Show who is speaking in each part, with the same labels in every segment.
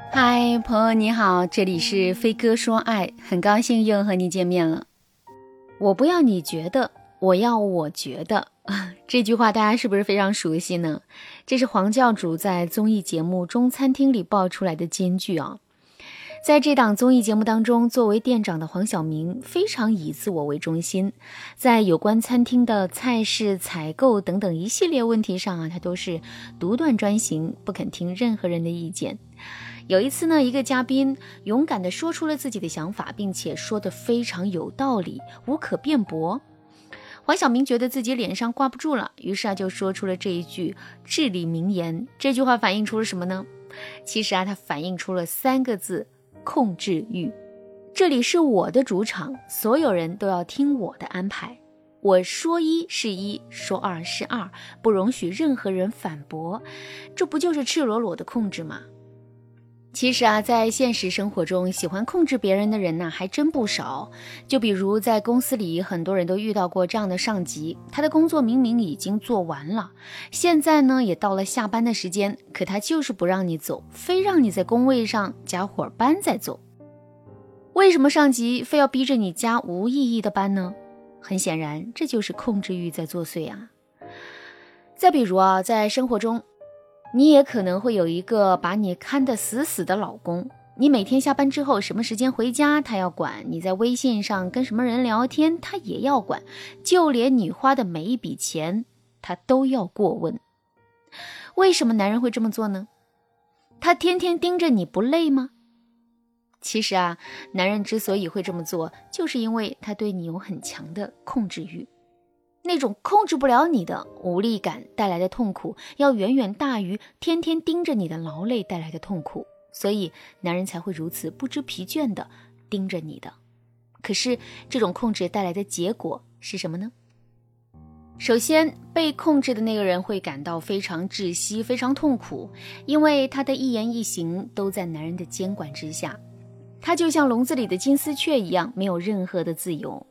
Speaker 1: 嗨，朋友你好，这里是飞哥说爱，很高兴又和你见面了。我不要你觉得，我要我觉得这句话大家是不是非常熟悉呢？这是黄教主在综艺节目《中餐厅》里爆出来的金句啊。在这档综艺节目当中，作为店长的黄晓明非常以自我为中心，在有关餐厅的菜式、采购等等一系列问题上啊，他都是独断专行，不肯听任何人的意见。有一次呢，一个嘉宾勇敢地说出了自己的想法，并且说得非常有道理，无可辩驳。黄晓明觉得自己脸上挂不住了，于是就说出了这一句至理名言。这句话反映出了什么呢？其实它反映出了3个字：控制欲。这里是我的主场，所有人都要听我的安排。我说1是1，说2是2，不容许任何人反驳。这不就是赤裸裸的控制吗？其实在现实生活中，喜欢控制别人的人呢，还真不少。就比如在公司里，很多人都遇到过这样的上级，他的工作明明已经做完了，现在呢也到了下班的时间，可他就是不让你走，非让你在工位上加会儿班再走。为什么上级非要逼着你加无意义的班呢？很显然，这就是控制欲在作祟啊。再比如在生活中，你也可能会有一个把你看得死死的老公，你每天下班之后什么时间回家他要管，你在微信上跟什么人聊天他也要管，就连你花的每一笔钱他都要过问。为什么男人会这么做呢？他天天盯着你不累吗？其实男人之所以会这么做，就是因为他对你有很强的控制欲。那种控制不了你的无力感带来的痛苦，要远远大于天天盯着你的劳累带来的痛苦，所以男人才会如此不知疲倦地盯着你的。可是这种控制带来的结果是什么呢？首先，被控制的那个人会感到非常窒息，非常痛苦，因为他的一言一行都在男人的监管之下，他就像笼子里的金丝雀一样，没有任何的自由。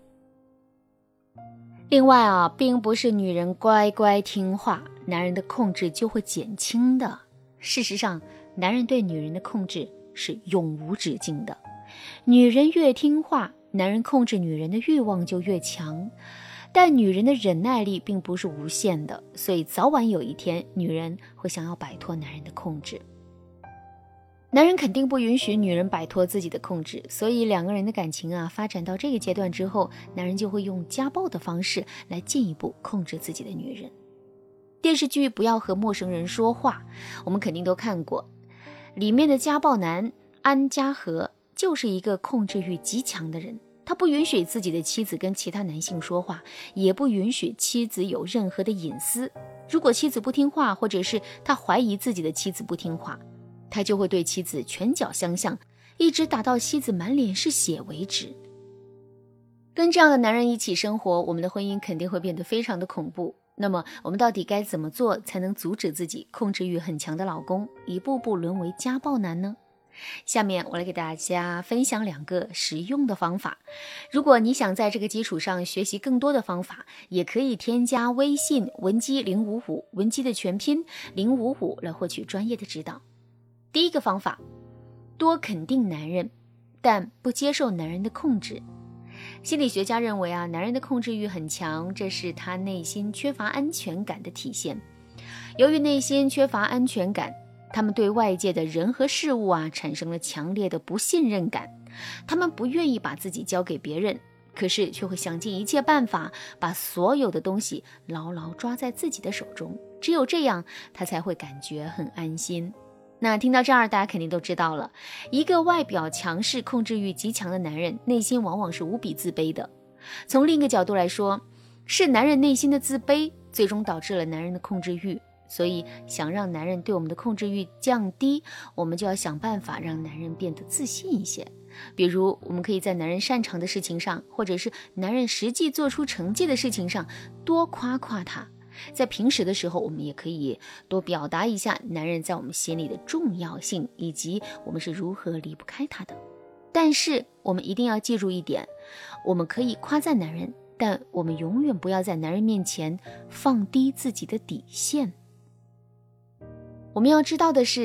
Speaker 1: 另外并不是女人乖乖听话，男人的控制就会减轻的。事实上，男人对女人的控制是永无止境的。女人越听话，男人控制女人的欲望就越强。但女人的忍耐力并不是无限的，所以早晚有一天，女人会想要摆脱男人的控制。男人肯定不允许女人摆脱自己的控制，所以2个人的感情发展到这个阶段之后，男人就会用家暴的方式来进一步控制自己的女人。电视剧《不要和陌生人说话》，我们肯定都看过，里面的家暴男安家和就是一个控制欲极强的人，他不允许自己的妻子跟其他男性说话，也不允许妻子有任何的隐私。如果妻子不听话，或者是他怀疑自己的妻子不听话，他就会对妻子拳脚相向，一直打到妻子满脸是血为止。跟这样的男人一起生活，我们的婚姻肯定会变得非常的恐怖。那么我们到底该怎么做才能阻止自己控制欲很强的老公一步步沦为家暴男呢？下面我来给大家分享2个实用的方法。如果你想在这个基础上学习更多的方法，也可以添加微信文姬055，文姬的全拼055，来获取专业的指导。第一个方法，多肯定男人，但不接受男人的控制。心理学家认为男人的控制欲很强，这是他内心缺乏安全感的体现。由于内心缺乏安全感，他们对外界的人和事物产生了强烈的不信任感，他们不愿意把自己交给别人，可是却会想尽一切办法把所有的东西牢牢抓在自己的手中，只有这样他才会感觉很安心。那听到这儿，大家肯定都知道了，一个外表强势、控制欲极强的男人，内心往往是无比自卑的。从另一个角度来说，是男人内心的自卑，最终导致了男人的控制欲。所以想让男人对我们的控制欲降低，我们就要想办法让男人变得自信一些。比如我们可以在男人擅长的事情上，或者是男人实际做出成绩的事情上多夸夸他。在平时的时候，我们也可以多表达一下男人在我们心里的重要性，以及我们是如何离不开他的。但是我们一定要记住一点，我们可以夸赞男人，但我们永远不要在男人面前放低自己的底线。我们要知道的是，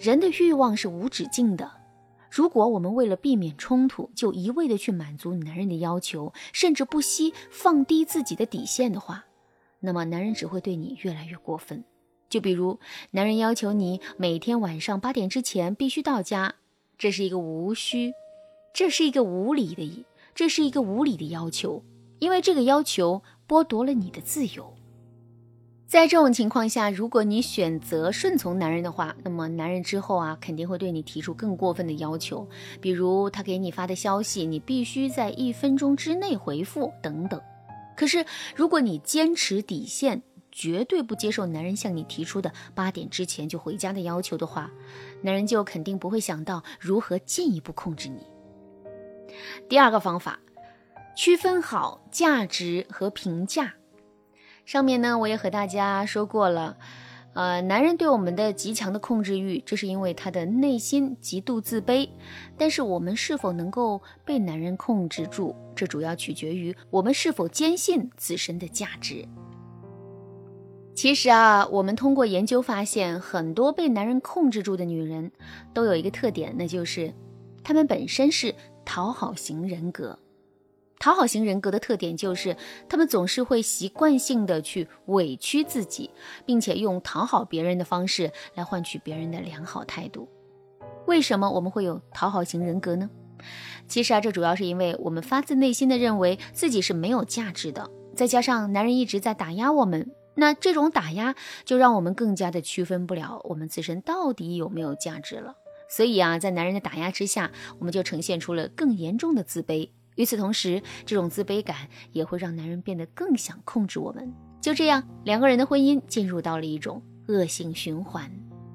Speaker 1: 人的欲望是无止境的，如果我们为了避免冲突，就一味的去满足男人的要求，甚至不惜放低自己的底线的话，那么男人只会对你越来越过分。就比如男人要求你每天晚上8点之前必须到家，这是一个无理的要求，因为这个要求剥夺了你的自由。在这种情况下，如果你选择顺从男人的话，那么男人之后肯定会对你提出更过分的要求，比如他给你发的消息，你必须在1分钟之内回复等等。可是如果你坚持底线，绝对不接受男人向你提出的8点之前就回家的要求的话，男人就肯定不会想到如何进一步控制你。第二个方法，区分好价值和评价。上面呢，我也和大家说过了，男人对我们的极强的控制欲，这是因为他的内心极度自卑。但是我们是否能够被男人控制住，这主要取决于我们是否坚信自身的价值。其实我们通过研究发现，很多被男人控制住的女人都有一个特点，那就是她们本身是讨好型人格。讨好型人格的特点就是他们总是会习惯性的去委屈自己，并且用讨好别人的方式来换取别人的良好态度。为什么我们会有讨好型人格呢？其实这主要是因为我们发自内心的认为自己是没有价值的，再加上男人一直在打压我们，那这种打压就让我们更加的区分不了我们自身到底有没有价值了。所以在男人的打压之下，我们就呈现出了更严重的自卑。与此同时，这种自卑感也会让男人变得更想控制我们。就这样，两个人的婚姻进入到了一种恶性循环。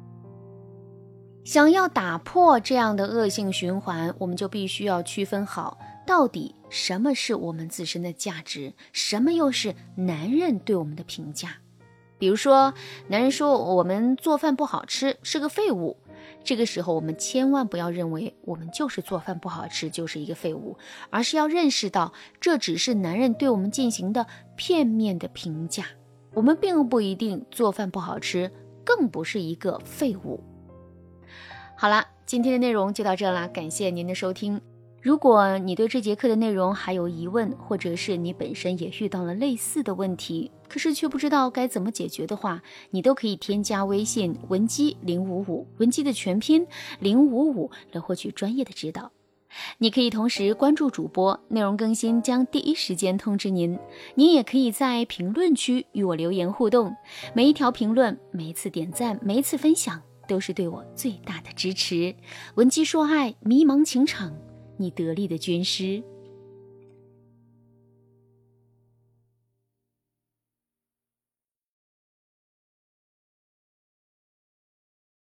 Speaker 1: 想要打破这样的恶性循环，我们就必须要区分好，到底什么是我们自身的价值，什么又是男人对我们的评价。比如说，男人说我们做饭不好吃，是个废物，这个时候我们千万不要认为我们就是做饭不好吃就是一个废物，而是要认识到这只是男人对我们进行的片面的评价，我们并不一定做饭不好吃，更不是一个废物。好了，今天的内容就到这了，感谢您的收听。如果你对这节课的内容还有疑问，或者是你本身也遇到了类似的问题，可是却不知道该怎么解决的话，你都可以添加微信文姬055，文姬的全拼055，来获取专业的指导。你可以同时关注主播，内容更新将第一时间通知您。您也可以在评论区与我留言互动，每一条评论，每一次点赞，每一次分享，都是对我最大的支持。文姬说爱，迷茫情场，你得力的军师。